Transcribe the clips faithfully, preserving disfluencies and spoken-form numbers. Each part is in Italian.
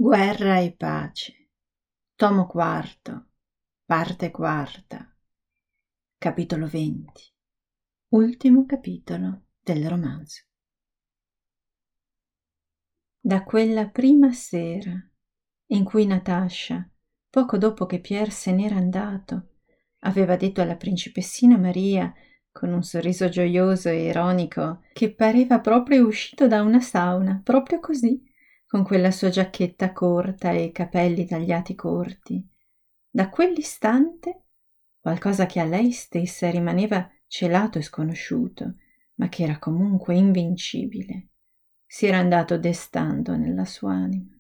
Guerra e pace, tomo quarto, parte quarta, capitolo venti, ultimo capitolo del romanzo. Da quella prima sera in cui Natascia, poco dopo che Pierre se n'era andato, aveva detto alla principessina Maria, con un sorriso gioioso e ironico, che pareva proprio uscito da una sauna, proprio così, con quella sua giacchetta corta e i capelli tagliati corti. Da quell'istante, qualcosa che a lei stessa rimaneva celato e sconosciuto, ma che era comunque invincibile, si era andato destando nella sua anima.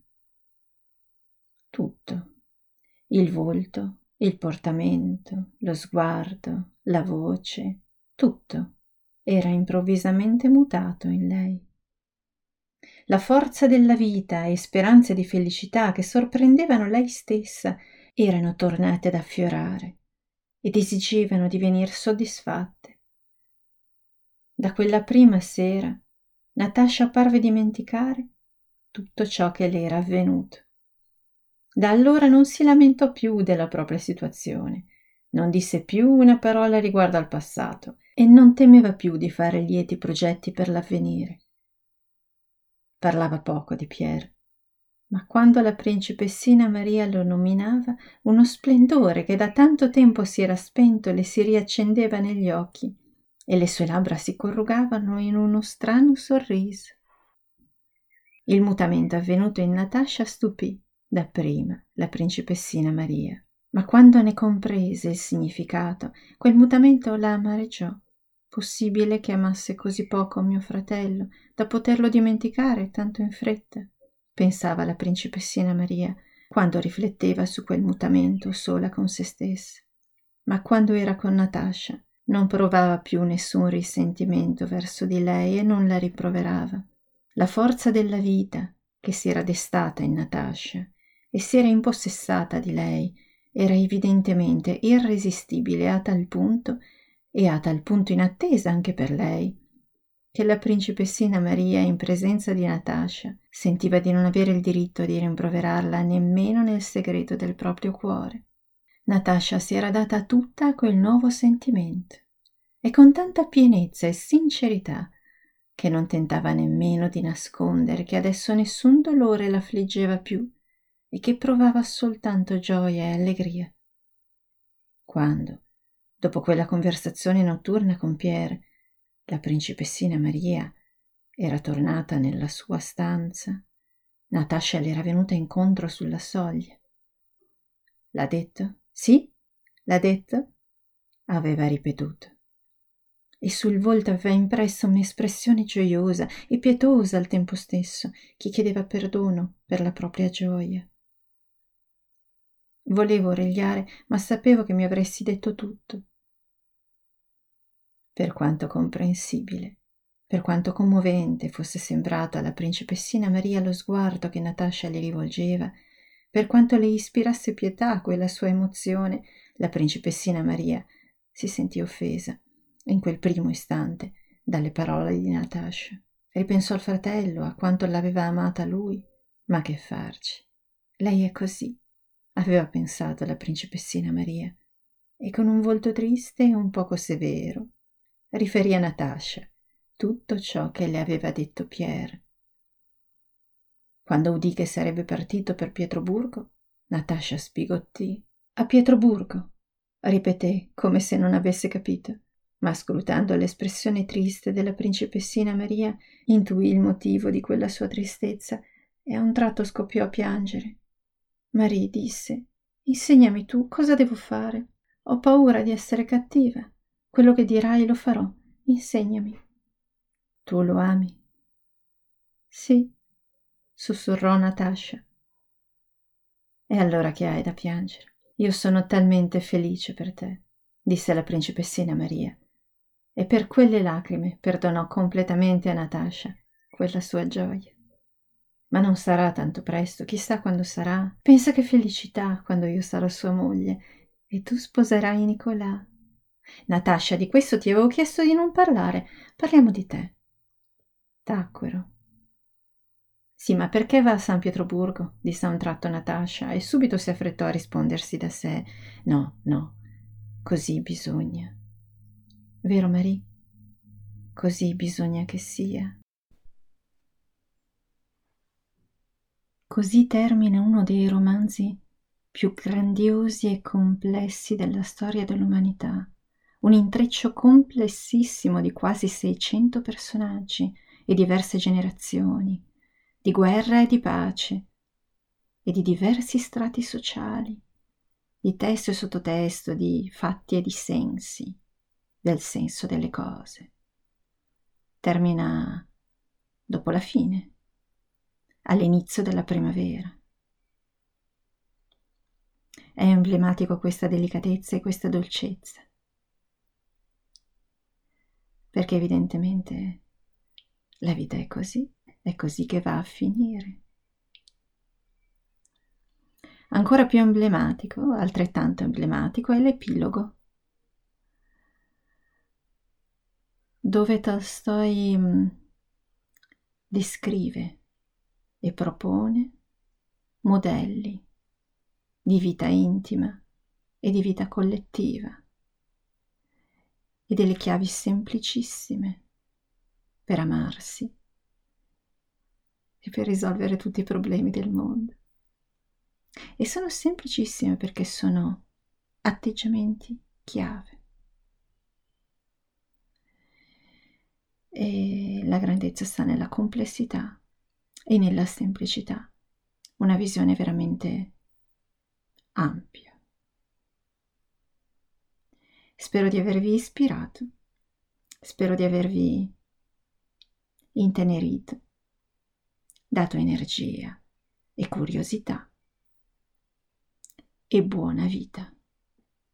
Tutto, il volto, il portamento, lo sguardo, la voce, tutto era improvvisamente mutato in lei. La forza della vita e speranze di felicità che sorprendevano lei stessa erano tornate ad affiorare ed esigevano di venir soddisfatte. Da quella prima sera Natascia parve dimenticare tutto ciò che le era avvenuto. Da allora non si lamentò più della propria situazione, non disse più una parola riguardo al passato e non temeva più di fare lieti progetti per l'avvenire. Parlava poco di Pierre, ma quando la principessina Maria lo nominava, uno splendore che da tanto tempo si era spento le si riaccendeva negli occhi e le sue labbra si corrugavano in uno strano sorriso. Il mutamento avvenuto in Natascia stupì dapprima la principessina Maria, ma quando ne comprese il significato, quel mutamento la amareggiò. Possibile che amasse così poco mio fratello da poterlo dimenticare tanto in fretta? Pensava la principessina Maria quando rifletteva su quel mutamento sola con se stessa. Ma quando era con Natascia non provava più nessun risentimento verso di lei e non la rimproverava. La forza della vita che si era destata in Natascia e si era impossessata di lei era evidentemente irresistibile a tal punto e a tal punto inattesa anche per lei, che la principessina Maria in presenza di Natascia sentiva di non avere il diritto di rimproverarla nemmeno nel segreto del proprio cuore. Natascia si era data tutta a quel nuovo sentimento e con tanta pienezza e sincerità che non tentava nemmeno di nascondere che adesso nessun dolore l'affliggeva più e che provava soltanto gioia e allegria. Quando, dopo quella conversazione notturna con Pierre, la principessina Maria era tornata nella sua stanza, Natascia le era venuta incontro sulla soglia. «L'ha detto? Sì? L'ha detto?» aveva ripetuto. E sul volto aveva impressa un'espressione gioiosa e pietosa al tempo stesso, che chiedeva perdono per la propria gioia. Volevo origliare, ma sapevo che mi avresti detto tutto. Per quanto comprensibile, per quanto commovente fosse sembrato alla principessina Maria lo sguardo che Natascia le rivolgeva, per quanto le ispirasse pietà quella sua emozione, la principessina Maria si sentì offesa in quel primo istante dalle parole di Natascia. Ripensò al fratello, a quanto l'aveva amata lui. Ma che farci? Lei è così, aveva pensato la principessina Maria, e con un volto triste e un poco severo riferì a Natascia tutto ciò che le aveva detto Pierre. Quando udì che sarebbe partito per Pietroburgo, Natascia sbigottì. «A Pietroburgo», ripeté come se non avesse capito, ma scrutando l'espressione triste della principessina Maria intuì il motivo di quella sua tristezza e a un tratto scoppiò a piangere. «Marie», disse, «insegnami tu cosa devo fare. Ho paura di essere cattiva. Quello che dirai lo farò. Insegnami». «Tu lo ami?» «Sì», sussurrò Natascia. «E allora che hai da piangere? Io sono talmente felice per te», disse la principessina Maria, e per quelle lacrime perdonò completamente a Natascia quella sua gioia. «Ma non sarà tanto presto, chissà quando sarà. Pensa che felicità quando io sarò sua moglie e tu sposerai Nicolà». «Natascia, di questo ti avevo chiesto di non parlare, parliamo di te». Tacquero. Sì, ma perché va a San Pietroburgo? Disse a un tratto Natascia e subito si affrettò a rispondersi da sé. No, no, così bisogna. Vero, Marie? Così bisogna che sia. Così termina uno dei romanzi più grandiosi e complessi della storia dell'umanità, un intreccio complessissimo di quasi seicento personaggi e diverse generazioni, di guerra e di pace, e di diversi strati sociali, di testo e sottotesto, di fatti e di sensi, del senso delle cose. Termina dopo la fine, all'inizio della primavera. È emblematico questa delicatezza e questa dolcezza, perché evidentemente la vita è così, è così che va a finire. Ancora più emblematico, altrettanto emblematico, è l'epilogo, dove Tolstoi mh, descrive e propone modelli di vita intima e di vita collettiva e delle chiavi semplicissime per amarsi e per risolvere tutti i problemi del mondo. E sono semplicissime perché sono atteggiamenti chiave. E la grandezza sta nella complessità e nella semplicità, una visione veramente ampia. Spero di avervi ispirato, spero di avervi intenerito, dato energia e curiosità e buona vita.